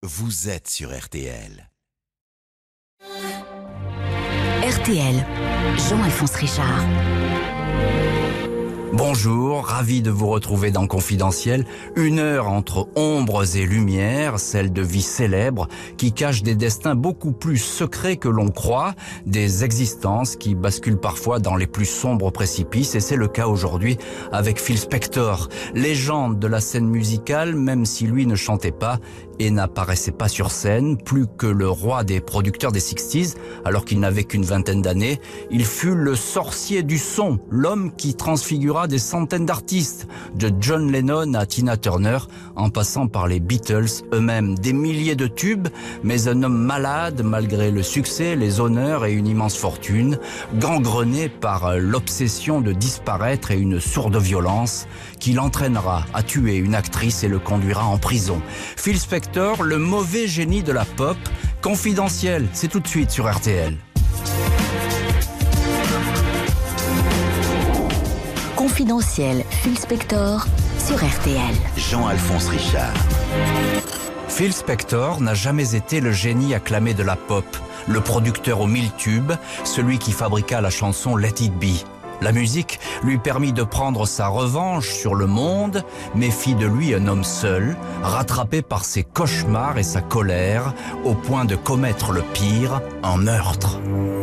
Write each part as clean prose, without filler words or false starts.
vous êtes sur RTL. RTL, Jean-Alphonse Richard. Bonjour, ravi de vous retrouver dans Confidentiel. Une heure entre ombres et lumières, celle de vie célèbre qui cache des destins beaucoup plus secrets que l'on croit, des existences qui basculent parfois dans les plus sombres précipices, et c'est le cas aujourd'hui avec Phil Spector, légende de la scène musicale, même si lui ne chantait pas et n'apparaissait pas sur scène, plus que le roi des producteurs des 60s, alors qu'il n'avait qu'une vingtaine d'années. Il fut le sorcier du son, l'homme qui transfigura des centaines d'artistes, de John Lennon à Tina Turner, en passant par les Beatles eux-mêmes. Des milliers de tubes, mais un homme malade malgré le succès, les honneurs et une immense fortune, gangrené par l'obsession de disparaître et une sourde violence qui l'entraînera à tuer une actrice et le conduira en prison. Phil Spector, le mauvais génie de la pop, Confidentiel, c'est tout de suite sur RTL. Confidentiel, Phil Spector sur RTL. Jean-Alphonse Richard. Phil Spector n'a jamais été le génie acclamé de la pop, le producteur aux 1000 tubes, celui qui fabriqua la chanson Let It Be. La musique lui permit de prendre sa revanche sur le monde, mais fit de lui un homme seul, rattrapé par ses cauchemars et sa colère, au point de commettre le pire, un meurtre.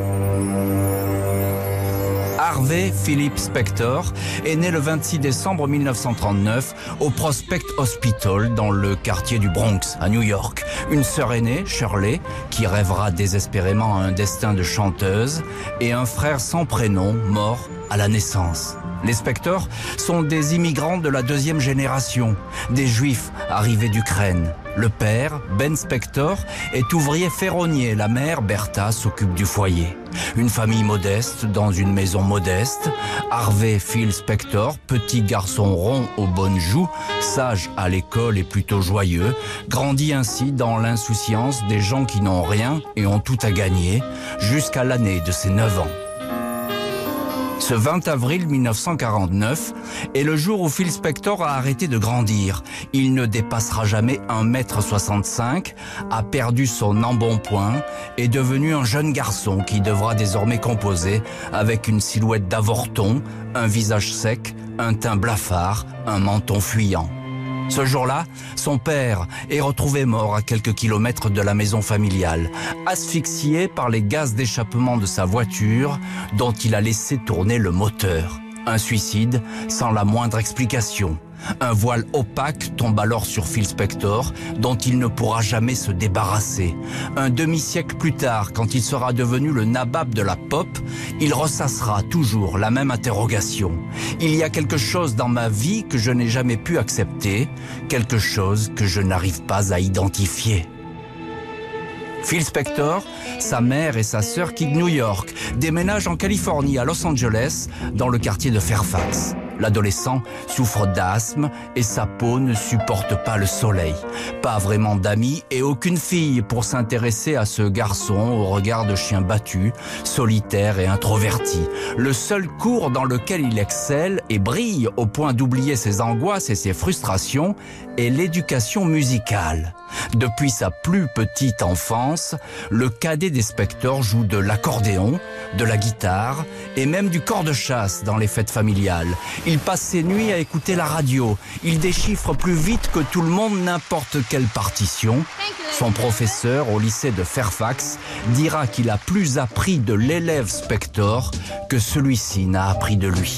Harvey Philip Spector est né le 26 décembre 1939 au Prospect Hospital dans le quartier du Bronx à New York. Une sœur aînée, Shirley, qui rêvera désespérément à un destin de chanteuse, et un frère sans prénom, mort à la naissance. Les Spector sont des immigrants de la deuxième génération, des juifs arrivés d'Ukraine. Le père, Ben Spector, est ouvrier ferronnier. La mère, Bertha, s'occupe du foyer. Une famille modeste dans une maison modeste. Harvey Phil Spector, petit garçon rond aux bonnes joues, sage à l'école et plutôt joyeux, grandit ainsi dans l'insouciance des gens qui n'ont rien et ont tout à gagner, jusqu'à l'année de ses 9 ans. Ce 20 avril 1949 est le jour où Phil Spector a arrêté de grandir. Il ne dépassera jamais 1,65 m, a perdu son embonpoint, est devenu un jeune garçon qui devra désormais composer avec une silhouette d'avorton, un visage sec, un teint blafard, un menton fuyant. Ce jour-là, son père est retrouvé mort à quelques kilomètres de la maison familiale, asphyxié par les gaz d'échappement de sa voiture dont il a laissé tourner le moteur. Un suicide sans la moindre explication. Un voile opaque tombe alors sur Phil Spector, dont il ne pourra jamais se débarrasser. Un demi-siècle plus tard, quand il sera devenu le nabab de la pop, il ressassera toujours la même interrogation. Il y a quelque chose dans ma vie que je n'ai jamais pu accepter, quelque chose que je n'arrive pas à identifier. Phil Spector, sa mère et sa sœur quittent New York, déménagent en Californie, à Los Angeles, dans le quartier de Fairfax. L'adolescent souffre d'asthme et sa peau ne supporte pas le soleil. Pas vraiment d'amis et aucune fille pour s'intéresser à ce garçon au regard de chien battu, solitaire et introverti. Le seul cours dans lequel il excelle et brille au point d'oublier ses angoisses et ses frustrations est l'éducation musicale. Depuis sa plus petite enfance, le cadet des Spector joue de l'accordéon, de la guitare et même du cor de chasse dans les fêtes familiales. Il passe ses nuits à écouter la radio. Il déchiffre plus vite que tout le monde n'importe quelle partition. Son professeur au lycée de Fairfax dira qu'il a plus appris de l'élève Spector que celui-ci n'a appris de lui.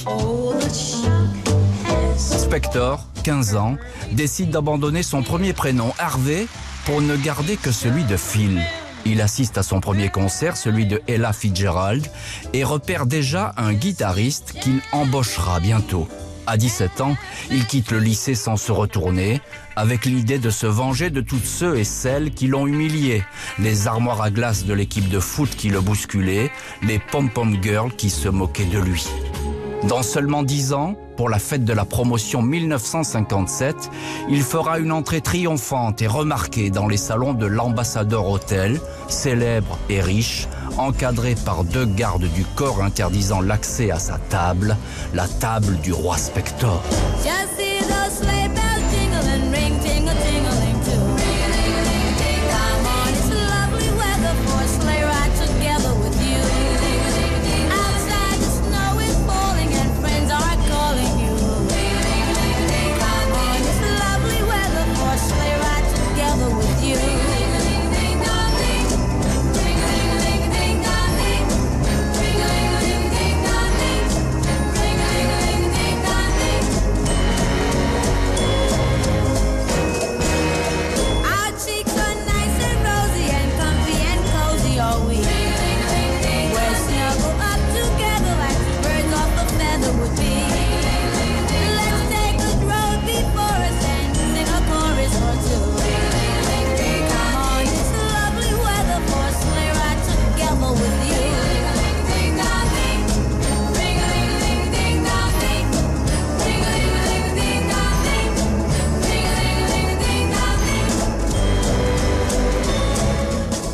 Spector, 15 ans, décide d'abandonner son premier prénom, Harvey, pour ne garder que celui de Phil. Il assiste à son premier concert, celui de Ella Fitzgerald, et repère déjà un guitariste qu'il embauchera bientôt. À 17 ans, il quitte le lycée sans se retourner, avec l'idée de se venger de tous ceux et celles qui l'ont humilié. Les armoires à glace de l'équipe de foot qui le bousculaient, les pom-pom girls qui se moquaient de lui. Dans seulement 10 ans, pour la fête de la promotion 1957, il fera une entrée triomphante et remarquée dans les salons de l'Ambassador Hotel, célèbre et riche, encadré par 2 gardes du corps interdisant l'accès à sa table, la table du roi Spector.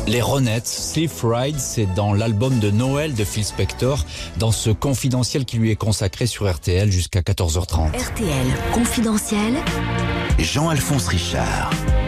Les Ronettes, Sleep Ride, c'est dans l'album de Noël de Phil Spector, dans ce confidentiel qui lui est consacré sur RTL jusqu'à 14h30. RTL confidentiel. Jean-Alphonse Richard.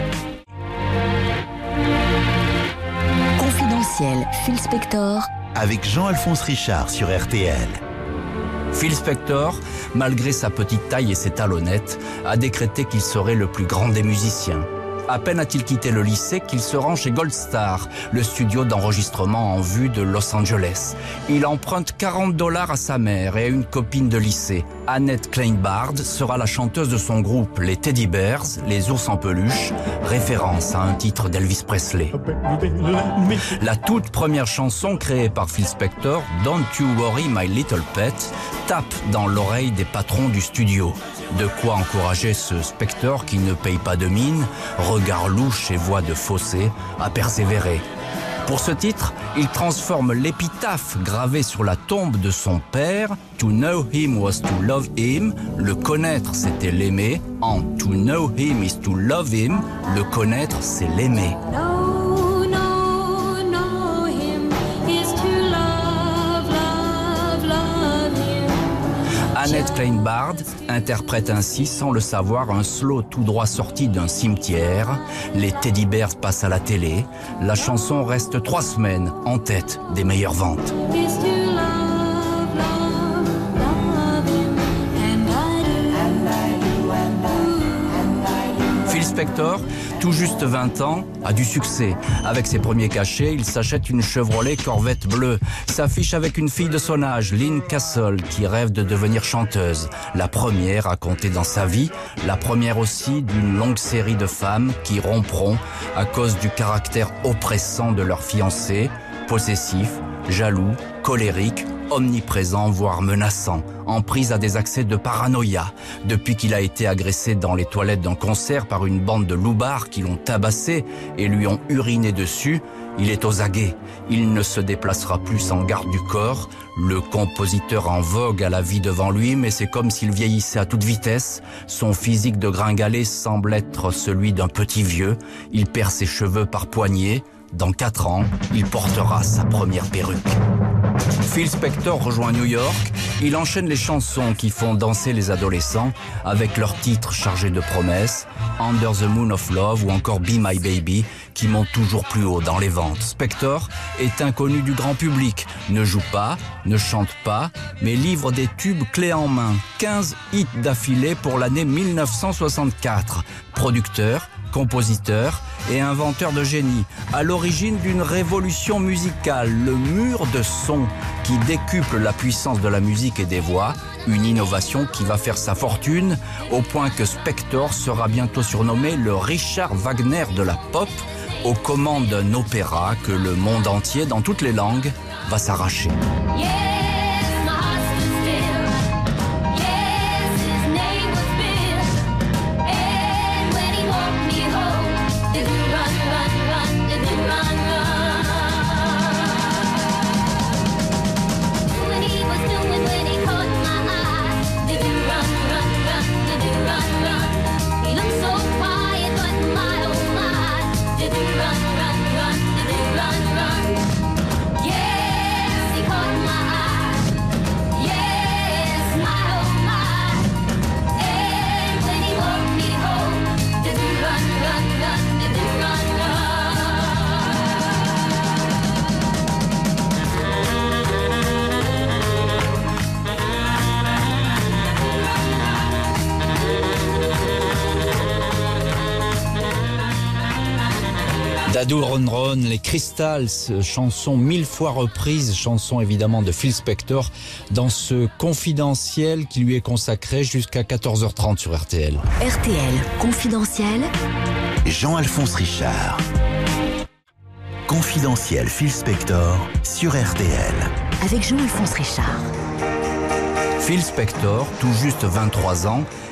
Confidentiel Phil Spector. Avec Jean-Alphonse Richard sur RTL. Phil Spector, malgré sa petite taille et ses talonnettes, a décrété qu'il serait le plus grand des musiciens. À peine a-t-il quitté le lycée qu'il se rend chez Gold Star, le studio d'enregistrement en vue de Los Angeles. Il emprunte $40 à sa mère et à une copine de lycée. Annette Kleinbard sera la chanteuse de son groupe, les Teddy Bears, les ours en peluche, référence à un titre d'Elvis Presley. La toute première chanson créée par Phil Spector, Don't You Worry My Little Pet, tape dans l'oreille des patrons du studio. De quoi encourager ce Spector qui ne paye pas de mine, regard louche et voix de fausset, à persévérer. Pour ce titre, il transforme l'épitaphe gravée sur la tombe de son père, To know him was to love him, le connaître c'était l'aimer, en To know him is to love him, le connaître c'est l'aimer. Annette Kleinbard interprète ainsi, sans le savoir, un slow tout droit sorti d'un cimetière. Les Teddy Bears passent à la télé. La chanson reste 3 semaines en tête des meilleures ventes. Phil Spector, tout juste 20 ans, a du succès. Avec ses premiers cachets, il s'achète une Chevrolet Corvette bleue. S'affiche avec une fille de son âge, Lynn Castle, qui rêve de devenir chanteuse. La première à compter dans sa vie, la première aussi d'une longue série de femmes qui rompront à cause du caractère oppressant de leur fiancé, possessif, jaloux, colérique, omniprésent, voire menaçant, en prise à des accès de paranoïa. Depuis qu'il a été agressé dans les toilettes d'un concert par une bande de loupards qui l'ont tabassé et lui ont uriné dessus, il est aux aguets. Il ne se déplacera plus sans garde du corps. Le compositeur en vogue a la vie devant lui, mais c'est comme s'il vieillissait à toute vitesse. Son physique de gringalet semble être celui d'un petit vieux. Il perd ses cheveux par poignées. Dans 4 ans, il portera sa première perruque. Phil Spector rejoint New York. Il enchaîne les chansons qui font danser les adolescents avec leurs titres chargés de promesses, Under the Moon of Love ou encore Be My Baby, qui montent toujours plus haut dans les ventes. Spector est inconnu du grand public, ne joue pas, ne chante pas, mais livre des tubes clés en main. 15 hits d'affilée pour l'année 1964. Producteur, compositeur et inventeur de génie, à l'origine d'une révolution musicale, le mur de son, qui décuple la puissance de la musique et des voix, une innovation qui va faire sa fortune, au point que Spector sera bientôt surnommé le Richard Wagner de la pop, aux commandes d'un opéra que le monde entier, dans toutes les langues, va s'arracher. Dadou Ron Ron, les Crystals, chanson 1000 fois reprise, chanson évidemment de Phil Spector, dans ce confidentiel qui lui est consacré jusqu'à 14h30 sur RTL. RTL confidentiel. Jean-Alphonse Richard. Confidentiel Phil Spector sur RTL. Avec Jean-Alphonse Richard. Phil Spector, tout juste 23 ans,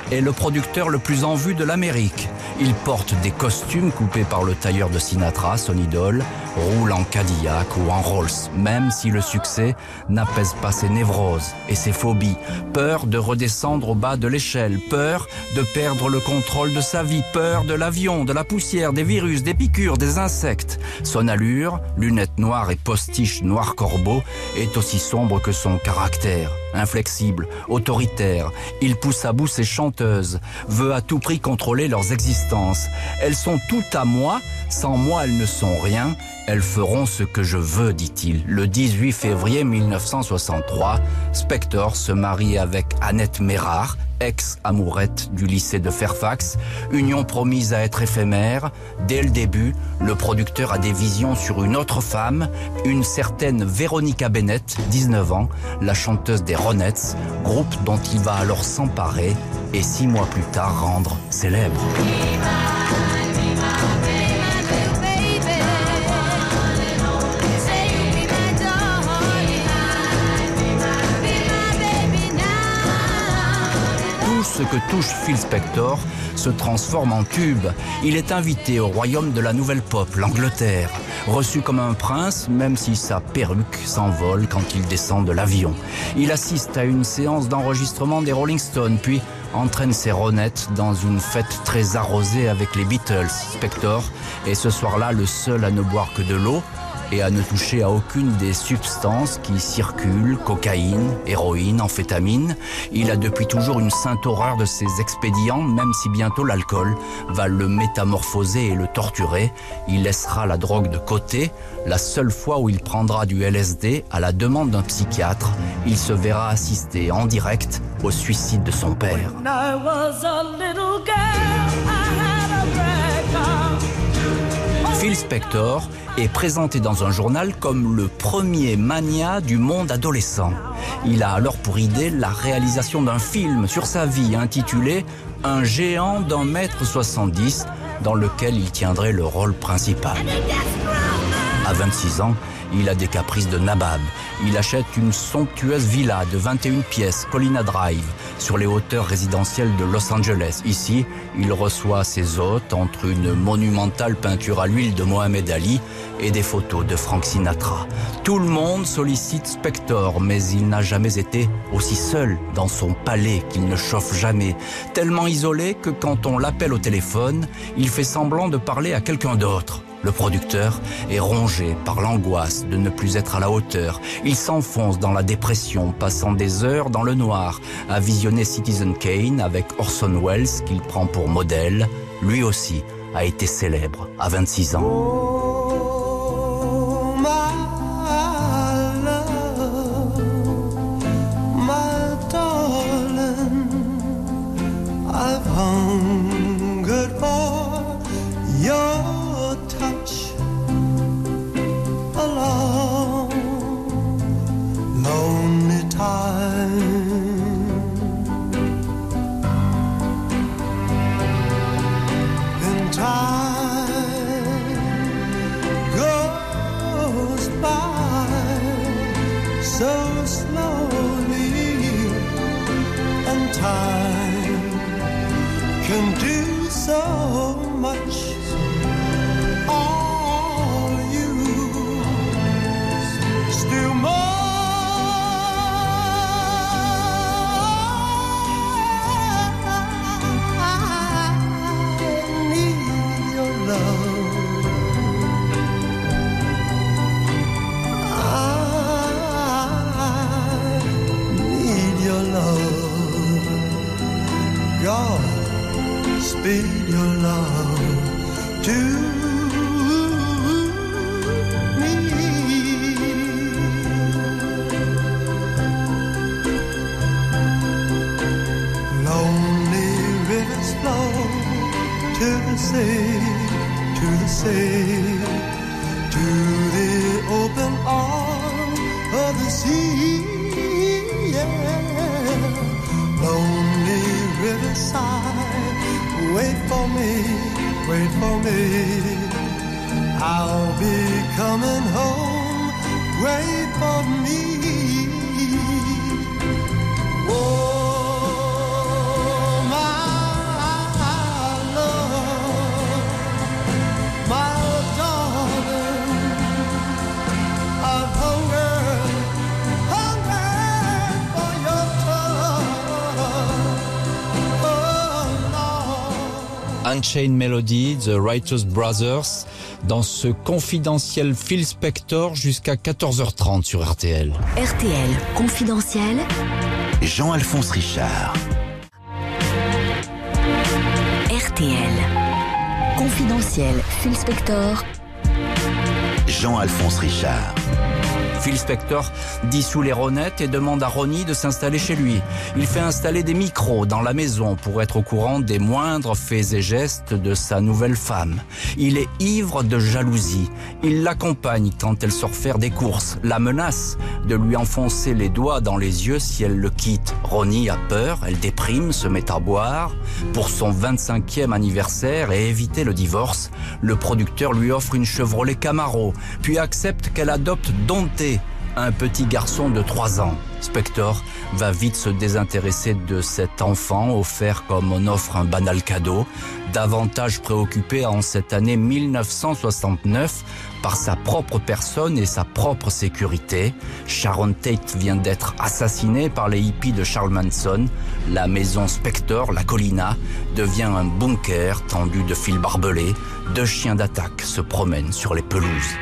est le producteur le plus en vue de l'Amérique. Il porte des costumes coupés par le tailleur de Sinatra, son idole, roule en Cadillac ou en Rolls, même si le succès n'apaise pas ses névroses et ses phobies. Peur de redescendre au bas de l'échelle, peur de perdre le contrôle de sa vie, peur de l'avion, de la poussière, des virus, des piqûres, des insectes. Son allure, lunettes noires et postiche noir corbeau, est aussi sombre que son caractère. Inflexible, autoritaire, il pousse à bout ses chanteuses, veut à tout prix contrôler leurs existences. Elles sont toutes à moi, sans moi elles ne sont rien, elles feront ce que je veux, dit-il. Le 18 février 1963, Spector se marie avec Annette Mérard, ex-amourette du lycée de Fairfax, union promise à être éphémère. Dès le début, le producteur a des visions sur une autre femme, une certaine Veronica Bennett, 19 ans, la chanteuse des Ronettes, groupe dont il va alors s'emparer et 6 mois plus tard rendre célèbre. Ce que touche Phil Spector se transforme en tube. Il est invité au royaume de la nouvelle pop, l'Angleterre. Reçu comme un prince, même si sa perruque s'envole quand il descend de l'avion. Il assiste à une séance d'enregistrement des Rolling Stones, puis entraîne ses Ronettes dans une fête très arrosée avec les Beatles. Spector est ce soir-là le seul à ne boire que de l'eau et à ne toucher à aucune des substances qui circulent, cocaïne, héroïne, amphétamine. Il a depuis toujours une sainte horreur de ces expédients, même si bientôt l'alcool va le métamorphoser et le torturer. Il laissera la drogue de côté. La seule fois où il prendra du LSD à la demande d'un psychiatre, il se verra assister en direct au suicide de son père. Phil Spector est présenté dans un journal comme le premier mania du monde adolescent. Il a alors pour idée la réalisation d'un film sur sa vie intitulé « Un géant d'1,70 m » dans lequel il tiendrait le rôle principal. À 26 ans, il a des caprices de nabab. Il achète une somptueuse villa de 21 pièces, Colina Drive, sur les hauteurs résidentielles de Los Angeles. Ici, il reçoit ses hôtes entre une monumentale peinture à l'huile de Mohamed Ali et des photos de Frank Sinatra. Tout le monde sollicite Spector, mais il n'a jamais été aussi seul dans son palais qu'il ne chauffe jamais. Tellement isolé que quand on l'appelle au téléphone, il fait semblant de parler à quelqu'un d'autre. Le producteur est rongé par l'angoisse de ne plus être à la hauteur. Il s'enfonce dans la dépression, passant des heures dans le noir, à visionner Citizen Kane avec Orson Welles qu'il prend pour modèle. Lui aussi a été célèbre à 26 ans. Oh, my Unchained Melody, The Writers Brothers, dans ce confidentiel Phil Spector jusqu'à 14h30 sur RTL. RTL confidentiel. Jean-Alphonse Richard. RTL confidentiel Phil Spector. Jean-Alphonse Richard. Phil Spector dissout les Ronettes et demande à Ronnie de s'installer chez lui. Il fait installer des micros dans la maison pour être au courant des moindres faits et gestes de sa nouvelle femme. Il est ivre de jalousie. Il l'accompagne quand elle sort faire des courses, la menace de lui enfoncer les doigts dans les yeux si elle le quitte. Ronnie a peur, elle déprime, se met à boire. Pour son 25e anniversaire et éviter le divorce, le producteur lui offre une Chevrolet Camaro, puis accepte qu'elle adopte Dante, un petit garçon de 3 ans. Spector va vite se désintéresser de cet enfant offert comme on offre un banal cadeau, davantage préoccupé en cette année 1969 par sa propre personne et sa propre sécurité. Sharon Tate vient d'être assassinée par les hippies de Charles Manson. La maison Spector, la Colina, devient un bunker tendu de fils barbelés. 2 chiens d'attaque se promènent sur les pelouses.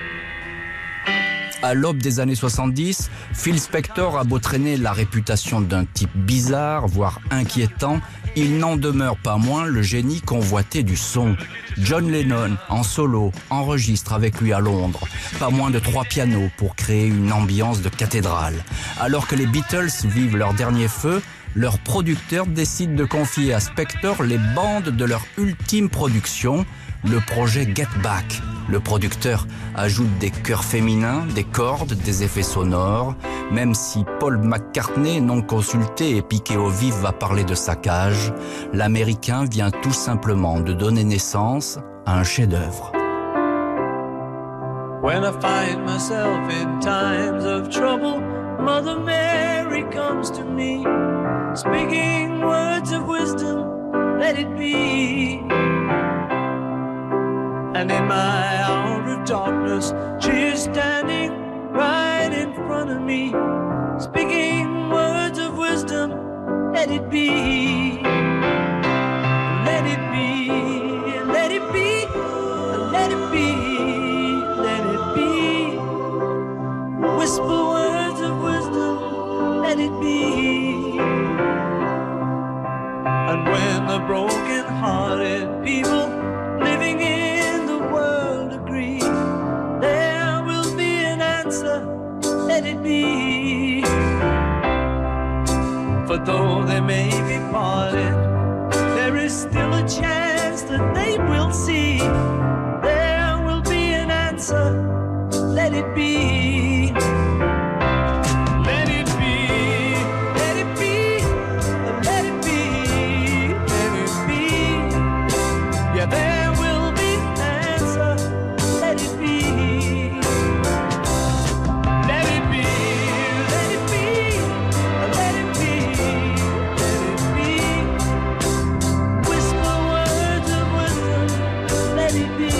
À l'aube des années 70, Phil Spector a beau traîner la réputation d'un type bizarre, voire inquiétant, il n'en demeure pas moins le génie convoité du son. John Lennon, en solo, enregistre avec lui à Londres. Pas moins de 3 pianos pour créer une ambiance de cathédrale. Alors que les Beatles vivent leur dernier feu, leur producteur décide de confier à Spector les bandes de leur ultime production, le projet Get Back. Le producteur ajoute des chœurs féminins, des cordes, des effets sonores. Même si Paul McCartney, non consulté et piqué au vif, va parler de saccage, l'Américain vient tout simplement de donner naissance à un chef-d'œuvre. When I find myself in times of trouble, Mother Mary comes to me, speaking words of wisdom, let it be. And in my hour of darkness, she is standing right in front of me, speaking words of wisdom, let it be. Let it be, let it be, let it be, let it be. Whisper words of wisdom, let it be. And when the broken-hearted people living in the world agree, there will be an answer, let it be. For though they may be parted, there is still a chance that they will see. There will be an answer, let it be. Let it be, let it be, let it be, let it be. Yeah, there will be an answer, let it be. Let it be, let it be, let it be, let it be. Whisper words of wisdom, let it be.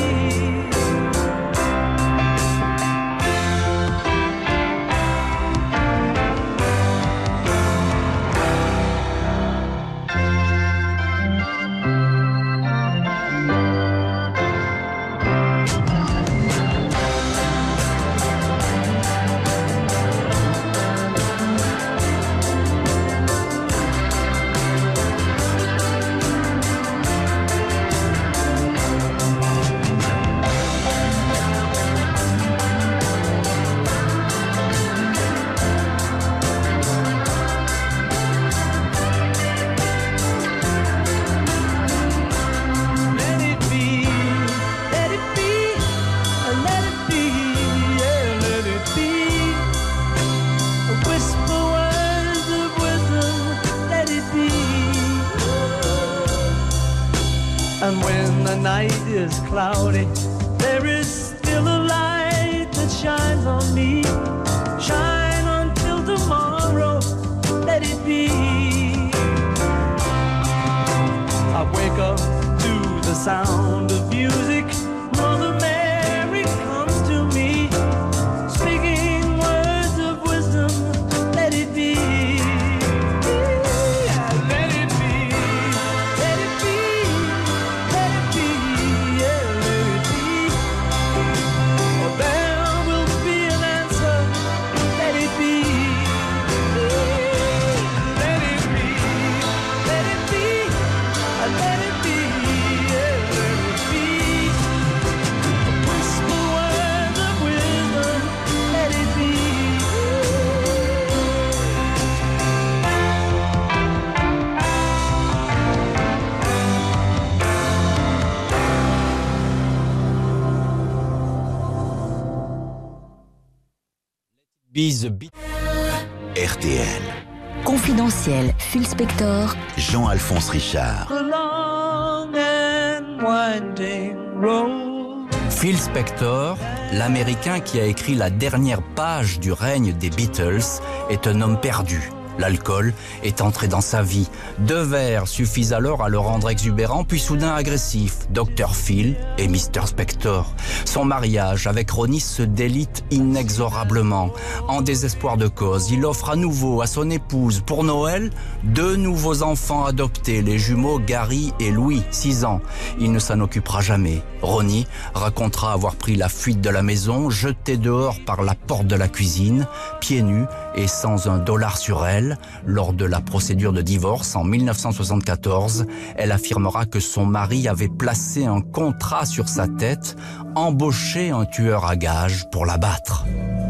And when the night is cloudy, there is still a light that shines on me. Shine until tomorrow, let it be. I wake up to the sound of music. Mother Mary comes to me, speaking words of wisdom, let it be. Let it be, let it be, Be the Beatles. RTL. Confidentiel, Phil Spector, Jean-Alphonse Richard. The long and winding road. Phil Spector, l'Américain qui a écrit la dernière page du règne des Beatles, est un homme perdu. L'alcool est entré dans sa vie. 2 verres suffisent alors à le rendre exubérant, puis soudain agressif. Dr Phil et Mr Spector. Son mariage avec Ronnie se délite inexorablement. En désespoir de cause, il offre à nouveau à son épouse, pour Noël, 2 nouveaux enfants adoptés, les jumeaux Gary et Louis, 6 ans. Il ne s'en occupera jamais. Ronnie racontera avoir pris la fuite de la maison, jeté dehors par la porte de la cuisine, pieds nus et sans $1 sur elle. Lors de la procédure de divorce en 1974, elle affirmera que son mari avait placé un contrat sur sa tête, embauché un tueur à gages pour l'abattre.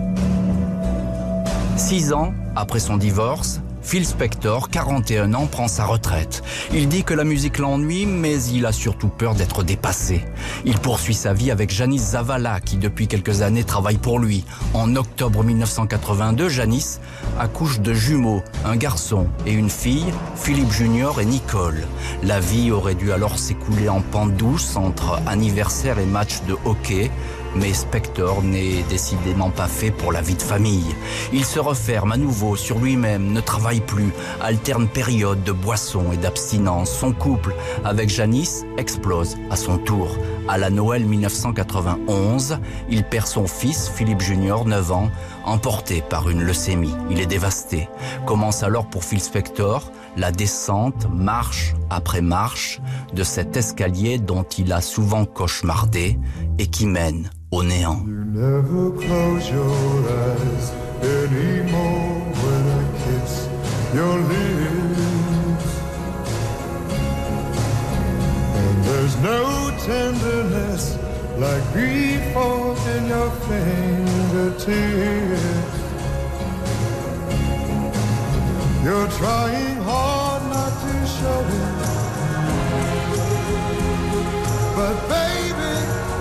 6 ans après son divorce, Phil Spector, 41 ans, prend sa retraite. Il dit que la musique l'ennuie, mais il a surtout peur d'être dépassé. Il poursuit sa vie avec Janice Zavala, qui depuis quelques années travaille pour lui. En octobre 1982, Janice accouche de jumeaux, un garçon et une fille, Philippe Junior et Nicole. La vie aurait dû alors s'écouler en pente douce entre anniversaire et match de hockey. Mais Spector n'est décidément pas fait pour la vie de famille. Il se referme à nouveau sur lui-même, ne travaille plus, alterne périodes de boisson et d'abstinence. Son couple avec Janice explose à son tour. À la Noël 1991, il perd son fils, Philippe Junior, 9 ans, emporté par une leucémie. Il est dévasté. Commence alors pour Phil Spector la descente, marche après marche, de cet escalier dont il a souvent cauchemardé et qui mène au néant. You never close your eyes anymore when I kiss your lips. And there's no tenderness like before in your fingertips. You're trying hard not to show it, but baby,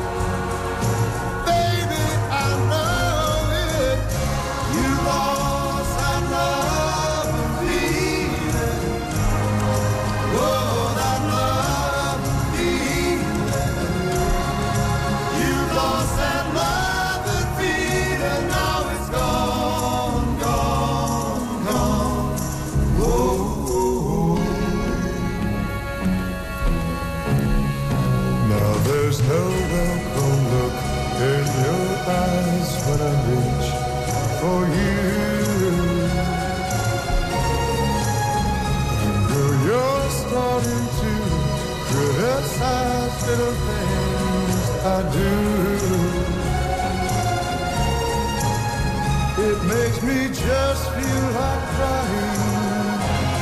I know it. You lost that love and feeling. Oh, that love and feeling. You lost that love and feeling. Now it's gone, gone, gone. Oh. Now there's no welcome look in your eyes when I reach for you. Girl, you're starting to criticize little things I do. It makes me just feel like crying.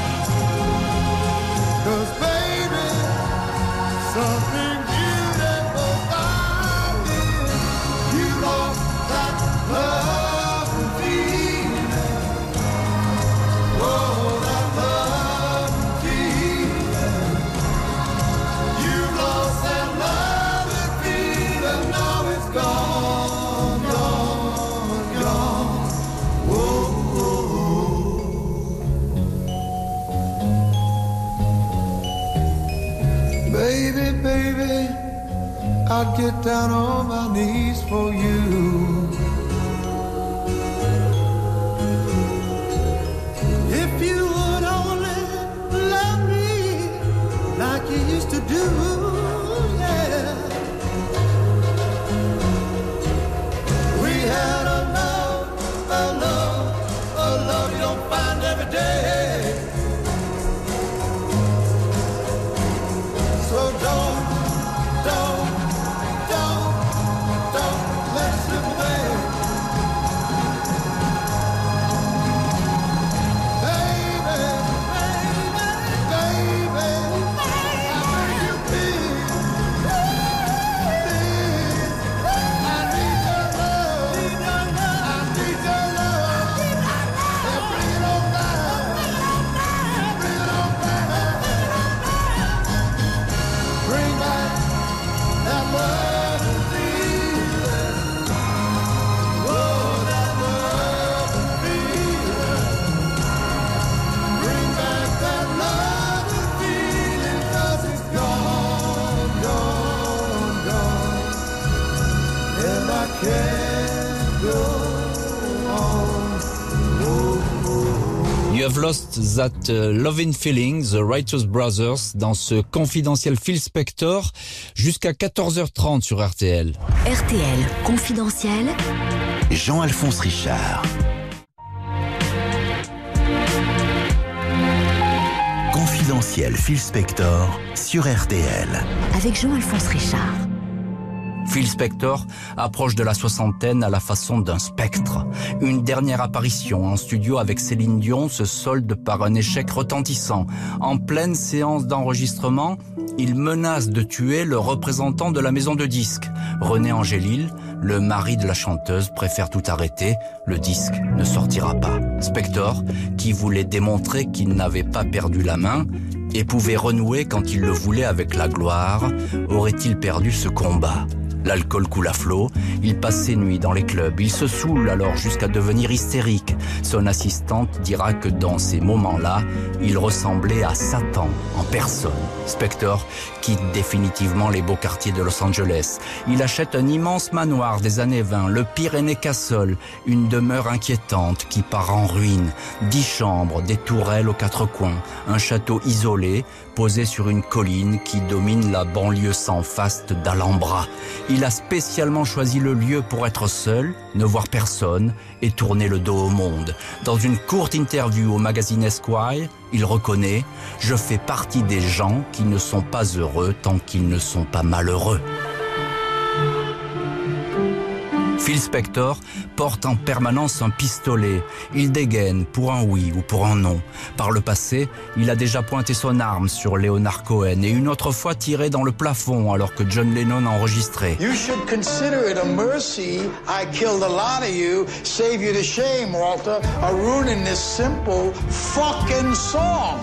'Cause baby, something beautiful I did. You lost that love and feeling. Oh, that love and feeling. You lost that love and feeling. Now it's gone, gone, gone. Oh, oh, oh. Baby, baby, I'd get down on my knees for you. If you would only love me like you used to do, yeah. We had a love you don't find every day. So don't let it slip away. Baby, baby, baby, how do you feel? I can't go on. You have lost that loving feeling, The Righteous Brothers, dans ce confidentiel Phil Spector, jusqu'à 14h30 sur RTL. RTL confidentiel. Jean-Alphonse Richard. Confidentiel Phil Spector sur RTL. Avec Jean-Alphonse Richard. Phil Spector approche de la soixantaine à la façon d'un spectre. Une dernière apparition en studio avec Céline Dion se solde par un échec retentissant. En pleine séance d'enregistrement, il menace de tuer le représentant de la maison de disques. René Angélil, le mari de la chanteuse, préfère tout arrêter. Le disque ne sortira pas. Spector, qui voulait démontrer qu'il n'avait pas perdu la main et pouvait renouer quand il le voulait avec la gloire, aurait-il perdu ce combat ? L'alcool coule à flot, il passe ses nuits dans les clubs, il se saoule alors jusqu'à devenir hystérique. Son assistante dira que dans ces moments-là, il ressemblait à Satan en personne. Spector quitte définitivement les beaux quartiers de Los Angeles. Il achète un immense manoir des années 20, le Pyrénées Castle, une demeure inquiétante qui part en ruine. 10 chambres, des tourelles aux 4 coins, un château isolé posé sur une colline qui domine la banlieue sans faste d'Alhambra. Il a spécialement choisi le lieu pour être seul, ne voir personne et tourner le dos au monde. Dans une courte interview au magazine Esquire, il reconnaît « Je fais partie des gens qui ne sont pas heureux tant qu'ils ne sont pas malheureux ». Phil Spector porte en permanence un pistolet. Il dégaine pour un oui ou pour un non. Par le passé, il a déjà pointé son arme sur Leonard Cohen et une autre fois tiré dans le plafond alors que John Lennon enregistrait. You should consider it a mercy I killed a lot of you, save you the shame, Walter, of ruining this simple fucking song.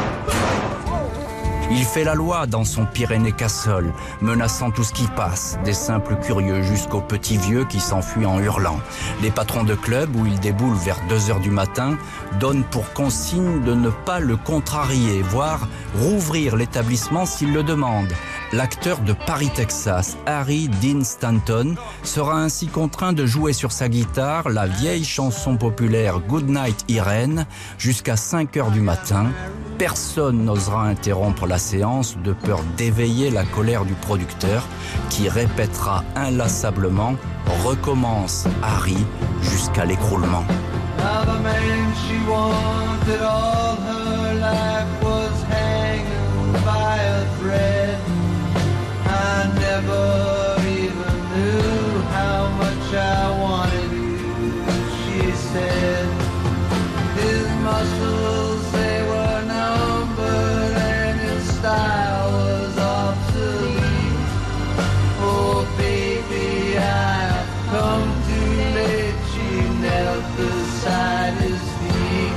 Il fait la loi dans son Pyrénées Castle, menaçant tout ce qui passe, des simples curieux jusqu'aux petits vieux qui s'enfuient en hurlant. Les patrons de club, où il déboule vers 2h du matin, donnent pour consigne de ne pas le contrarier, voire rouvrir l'établissement s'il le demande. L'acteur de Paris, Texas, Harry Dean Stanton, sera ainsi contraint de jouer sur sa guitare la vieille chanson populaire Goodnight Irene jusqu'à 5h du matin. Personne n'osera interrompre la séance de peur d'éveiller la colère du producteur qui répétera inlassablement « Recommence, Harry » jusqu'à l'écroulement. Now the man she wanted all her life was hanging by a thread. I never even knew how much I wanted you, she said. His muscles, they were numbered and his style was obsolete. Oh baby, I have come too late, she knelt beside his feet.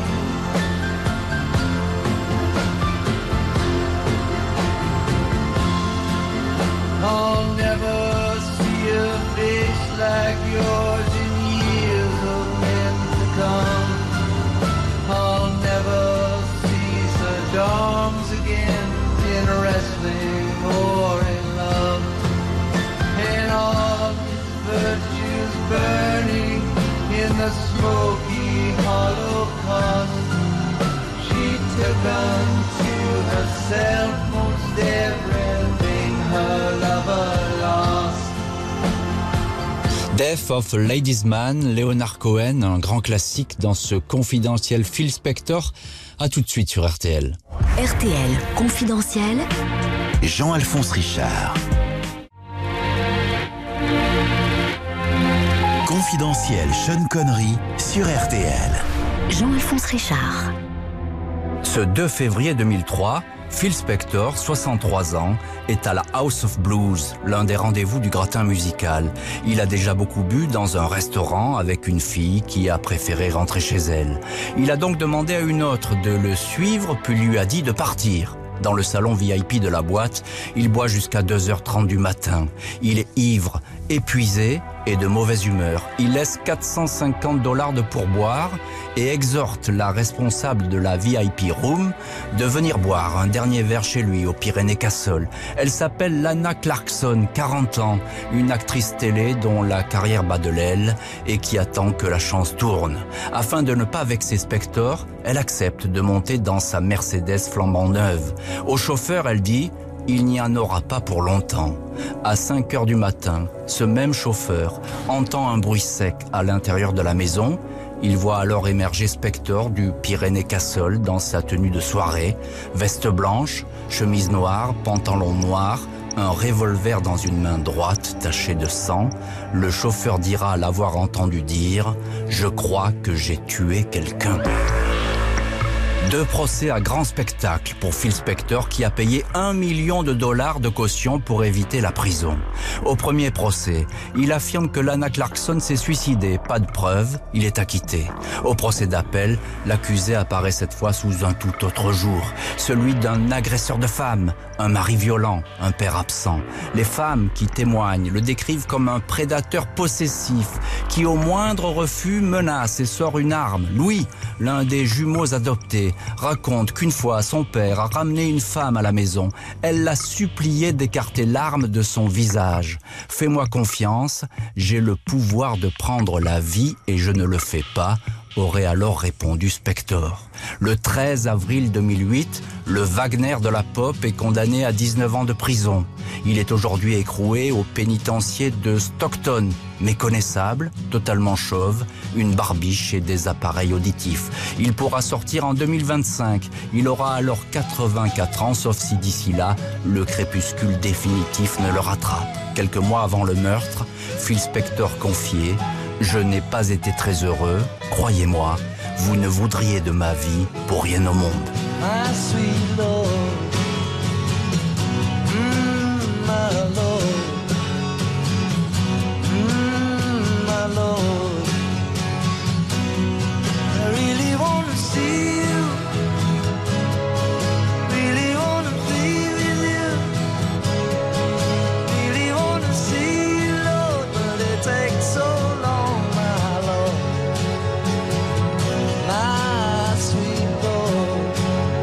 I'll never see a face like yours in years of men to come. I'll never see such arms again in wrestling or in love. And all his virtues burning in the smoky holocaust. She took unto herself most everything her lover lost. Death of a Ladies Man, Leonard Cohen, un grand classique dans ce confidentiel Phil Spector. À tout de suite sur RTL. RTL confidentiel. Jean-Alphonse Richard. Confidentiel Sean Connery sur RTL. Jean-Alphonse Richard. Ce 2 février 2003, Phil Spector, 63 ans, est à la House of Blues, l'un des rendez-vous du gratin musical. Il a déjà beaucoup bu dans un restaurant avec une fille qui a préféré rentrer chez elle. Il a donc demandé à une autre de le suivre, puis lui a dit de partir. Dans le salon VIP de la boîte, il boit jusqu'à 2h30 du matin. Il est ivre, épuisé, est de mauvaise humeur. Il laisse $450 de pourboire et exhorte la responsable de la VIP Room de venir boire un dernier verre chez lui au Pyrénées-Castle. Elle s'appelle Lana Clarkson, 40 ans, une actrice télé dont la carrière bat de l'aile et qui attend que la chance tourne. Afin de ne pas vexer Spector, elle accepte de monter dans sa Mercedes flambant neuve. Au chauffeur, elle dit « Il n'y en aura pas pour longtemps ». À 5 heures du matin, ce même chauffeur entend un bruit sec à l'intérieur de la maison. Il voit alors émerger Spector du Pyrénées-Castle dans sa tenue de soirée, veste blanche, chemise noire, pantalon noir, un revolver dans une main droite tachée de sang. Le chauffeur dira l'avoir entendu dire « Je crois que j'ai tué quelqu'un ». 2 procès à grand spectacle pour Phil Spector qui a payé $1 million de caution pour éviter la prison. Au premier procès, il affirme que Lana Clarkson s'est suicidée. Pas de preuves, il est acquitté. Au procès d'appel, l'accusé apparaît cette fois sous un tout autre jour, celui d'un agresseur de femmes, un mari violent, un père absent. Les femmes qui témoignent le décrivent comme un prédateur possessif qui au moindre refus menace et sort une arme. Louis, l'un des jumeaux adoptés, raconte qu'une fois son père a ramené une femme à la maison. Elle l'a supplié d'écarter l'arme de son visage. « Fais-moi confiance, j'ai le pouvoir de prendre la vie et je ne le fais pas », aurait alors répondu Spector. Le 13 avril 2008, le Wagner de la pop est condamné à 19 ans de prison. Il est aujourd'hui écroué au pénitencier de Stockton, méconnaissable, totalement chauve, une barbiche et des appareils auditifs. Il pourra sortir en 2025. Il aura alors 84 ans, sauf si d'ici là, le crépuscule définitif ne le rattrape. Quelques mois avant le meurtre, Phil Spector confiait « Je n'ai pas été très heureux, croyez-moi, vous ne voudriez de ma vie pour rien au monde. » My sweet Lord, my Lord, my Lord, I really want to see you, really want to be with you, really want to see you, Lord, but it takes so long, my Lord, my sweet Lord.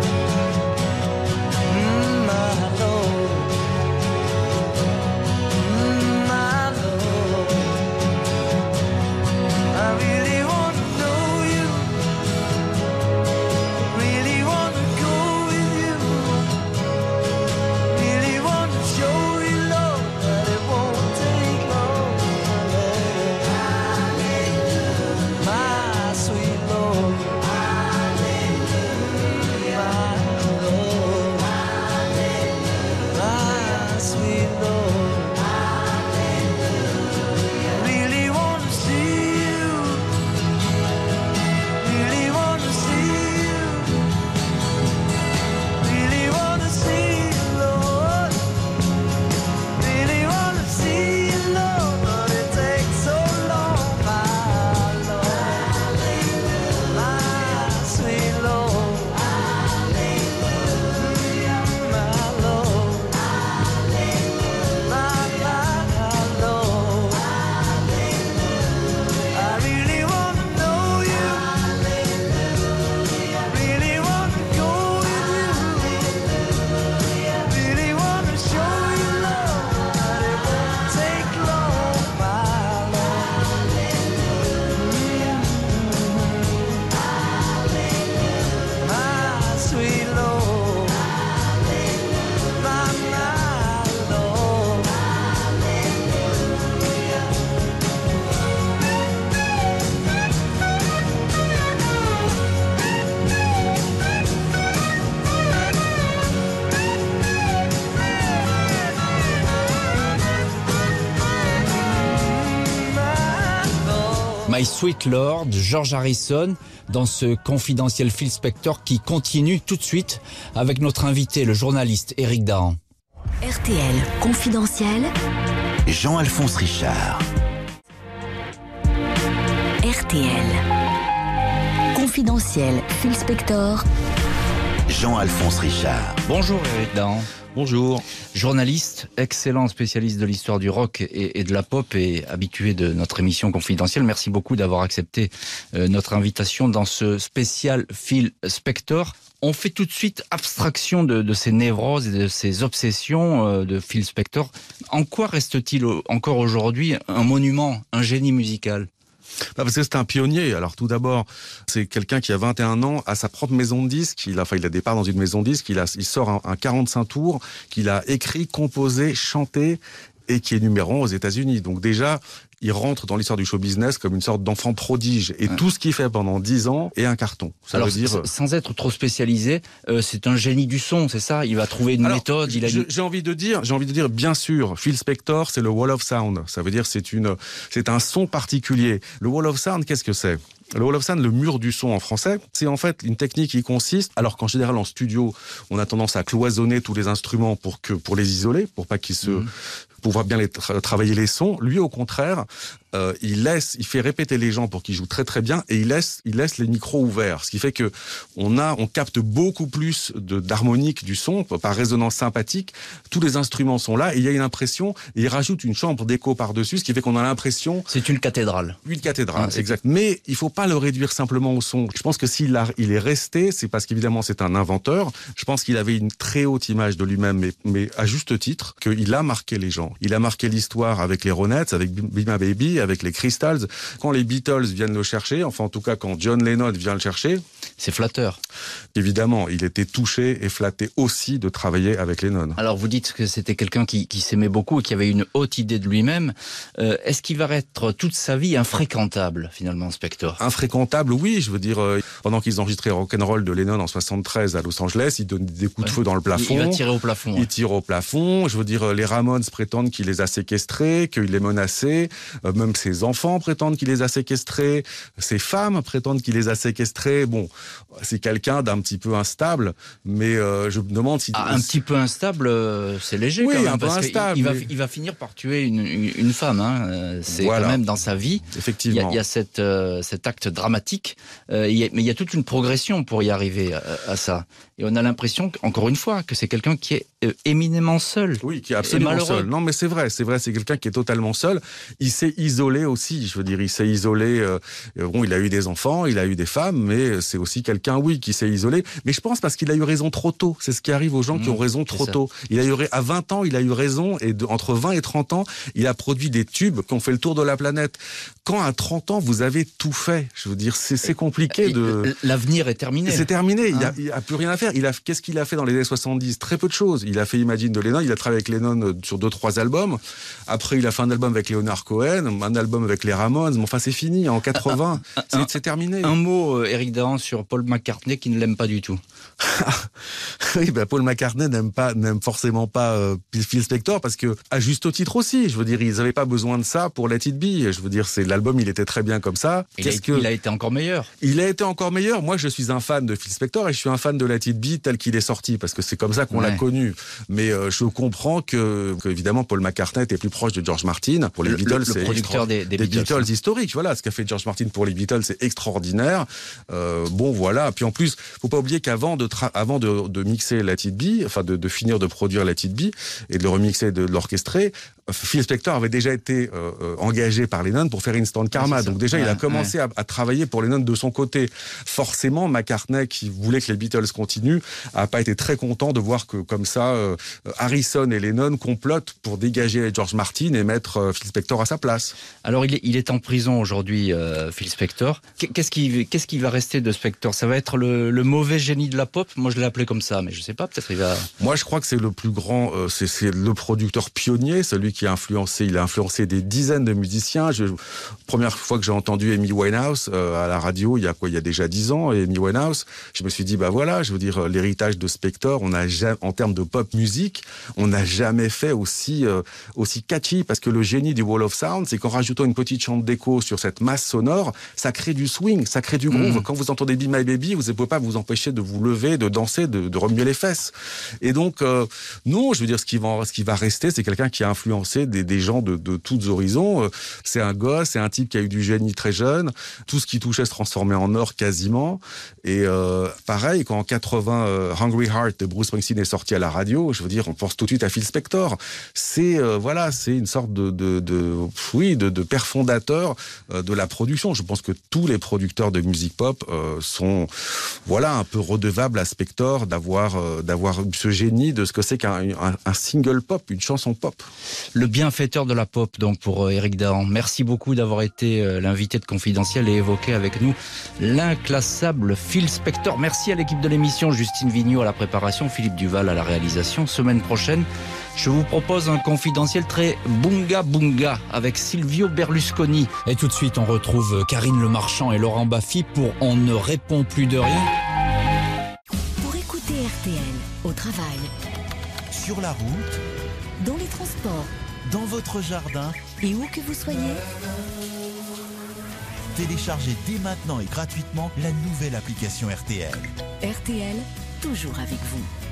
My Sweet Lord, George Harrison, dans ce confidentiel Phil Spector qui continue tout de suite avec notre invité, le journaliste Éric Dahan. RTL confidentiel. Jean-Alphonse Richard. RTL confidentiel Phil Spector. Jean-Alphonse Richard. Bonjour Éric Dahan. Bonjour. Journaliste, excellent spécialiste de l'histoire du rock et de la pop et habitué de notre émission confidentielle. Merci beaucoup d'avoir accepté notre invitation dans ce spécial Phil Spector. On fait tout de suite abstraction de ces névroses et de ces obsessions de Phil Spector. En quoi reste-t-il encore aujourd'hui un monument, un génie musical ? Parce que c'est un pionnier. Alors tout d'abord, c'est quelqu'un qui a 21 ans, a sa propre maison de disques. Il a des parts dans une maison de disques. Il sort un 45 tours qu'il a écrit, composé, chanté et qui est numéro 1 aux États-Unis. Donc déjà, il rentre dans l'histoire du show business comme une sorte d'enfant prodige. Et tout ce qu'il fait pendant 10 ans est un carton. Ça veut dire... sans être trop spécialisé, c'est un génie du son, c'est ça ? Il va trouver une méthode. J'ai envie de dire, bien sûr, Phil Spector, c'est le Wall of Sound. Ça veut dire c'est un son particulier. Le Wall of Sound, qu'est-ce que c'est ? Le Wall of Sound, le mur du son en français, c'est en fait une technique qui consiste, alors qu'en général en studio, on a tendance à cloisonner tous les instruments pour les isoler, pour pas pour pouvoir bien travailler les sons. Lui, au contraire, il fait répéter les gens pour qu'ils jouent très très bien et il laisse les micros ouverts, ce qui fait que on capte beaucoup plus d'harmonique du son par résonance sympathique. Tous les instruments sont là et il y a une impression, et il rajoute une chambre d'écho par-dessus, ce qui fait qu'on a l'impression... C'est une cathédrale. Une cathédrale, exact. Mais il faut pas le réduire simplement au son. Je pense que s'il est resté, c'est parce qu'évidemment c'est un inventeur. Je pense qu'il avait une très haute image de lui-même, mais à juste titre, qu'il a marqué les gens. Il a marqué l'histoire avec les Ronettes, avec Be My Baby, avec les Crystals. Quand les Beatles viennent le chercher, enfin en tout cas quand John Lennon vient le chercher... C'est flatteur. Évidemment, il était touché et flatté aussi de travailler avec Lennon. Alors vous dites que c'était quelqu'un qui s'aimait beaucoup et qui avait une haute idée de lui-même. Est-ce qu'il va être toute sa vie infréquentable finalement, Spector ? Infréquentable, oui. Je veux dire, pendant qu'ils enregistraient Rock'n'Roll de Lennon en 73 à Los Angeles, il donne des coups de feu dans le plafond. Il va tirer au plafond. Il tire au plafond. Je veux dire, les Ramones prétendent qu'il les a séquestrés, qu'il les menaçait. Même ses enfants prétendent qu'il les a séquestrés. Ses femmes prétendent qu'il les a séquestrés. Bon, c'est quelqu'un d'un petit peu instable, mais je me demande si... un petit peu instable, c'est léger oui, quand même. Un peu instable. Il va finir par tuer une femme. Hein. C'est quand même dans sa vie. Effectivement. Il y a cet acte dramatique, mais il y a toute une progression pour y arriver à ça. Et on a l'impression, encore une fois, que c'est quelqu'un qui est éminemment seul. Oui, qui est absolument seul. Non, mais c'est vrai, c'est quelqu'un qui est totalement seul. Il s'est isolé aussi, je veux dire, il s'est isolé. Bon, il a eu des enfants, il a eu des femmes, mais c'est aussi quelqu'un, oui, qui s'est isolé. Mais je pense parce qu'il a eu raison trop tôt. C'est ce qui arrive aux gens qui ont raison trop tôt. À 20 ans, il a eu raison, et entre 20 et 30 ans, il a produit des tubes qui ont fait le tour de la planète. Quand à 30 ans, vous avez tout fait, je veux dire, c'est compliqué de... L'avenir est terminé. C'est terminé, il n'y a plus rien à faire. Qu'est-ce qu'il a fait dans les années 70 ? Très peu de choses. Il a fait Imagine de Lennon, il a travaillé avec Lennon sur 2-3 albums. Après, il a fait un album avec Leonard Cohen, un album avec les Ramones. Mais enfin, c'est fini, en 80. C'est terminé. Un mot, Éric Dahan, sur Paul McCartney qui ne l'aime pas du tout. Oui, Paul McCartney n'aime forcément pas Phil Spector parce que, à juste titre aussi, je veux dire, ils n'avaient pas besoin de ça pour Let It Be. Je veux dire, l'album, il était très bien comme ça. Il a été encore meilleur. Il a été encore meilleur. Moi, je suis un fan de Phil Spector et je suis un fan de Let It Be tel qu'il est sorti parce que c'est comme ça qu'on l'a connu. Mais je comprends que évidemment, Paul McCartney était plus proche de George Martin. Pour les Beatles, c'est le producteur des Beatles historiques. Voilà, ce qu'a fait George Martin pour les Beatles, c'est extraordinaire. Bon, voilà. Puis en plus, faut pas oublier qu'avant de mixer Let It Be, enfin de finir de produire Let It Be et de le remixer, de l'orchestrer, Phil Spector avait déjà été engagé par Lennon pour faire Instant Karma. Donc déjà, il a commencé à travailler pour Lennon de son côté. Forcément, McCartney, qui voulait que les Beatles continuent, a pas été très content de voir que, comme ça, Harrison et Lennon complotent pour dégager George Martin et mettre Phil Spector à sa place. Alors, il est en prison aujourd'hui, Phil Spector. Qu'est-ce qui va rester de Spector ? Ça va être le mauvais génie de la pop ? Moi, je l'ai appelé comme ça, mais je sais pas, peut-être il va... Moi, je crois que c'est le plus grand, c'est le producteur pionnier, celui qui a influencé des dizaines de musiciens. Première fois que j'ai entendu Amy Winehouse à la radio, il y a déjà 10 ans, Amy Winehouse, je me suis dit, bah voilà, je veux dire, l'héritage de Spector, en termes de pop musique, on n'a jamais fait aussi catchy, parce que le génie du Wall of Sound, c'est qu'en rajoutant une petite chambre d'écho sur cette masse sonore, ça crée du swing, ça crée du groove. Quand vous entendez Be My Baby, vous ne pouvez pas vous empêcher de vous lever, de danser, de remuer les fesses. Et donc, non, je veux dire, ce qui va rester, c'est quelqu'un qui a influencé influencé des gens de tous horizons. C'est un gosse, c'est un type qui a eu du génie très jeune. Tout ce qui touchait se transformait en or quasiment. Et pareil, quand en 80, Hungry Heart de Bruce Springsteen est sorti à la radio, je veux dire, on pense tout de suite à Phil Spector. C'est c'est une sorte de père fondateur de la production. Je pense que tous les producteurs de musique pop sont un peu redevables à Spector d'avoir ce génie de ce que c'est qu'un single pop, une chanson pop. Le bienfaiteur de la pop, donc, pour Éric Dahan. Merci beaucoup d'avoir été l'invité de Confidentiel et évoqué avec nous l'inclassable Phil Spector. Merci à l'équipe de l'émission, Justine Vigneault à la préparation, Philippe Duval à la réalisation. Semaine prochaine, je vous propose un Confidentiel très bunga bunga avec Silvio Berlusconi. Et tout de suite, on retrouve Karine Le Marchand et Laurent Baffy pour On ne répond plus de rien. Pour écouter RTL au travail, Sur la route, dans les transports dans votre jardin, et où que vous soyez, téléchargez dès maintenant et gratuitement la nouvelle application RTL. RTL, toujours avec vous.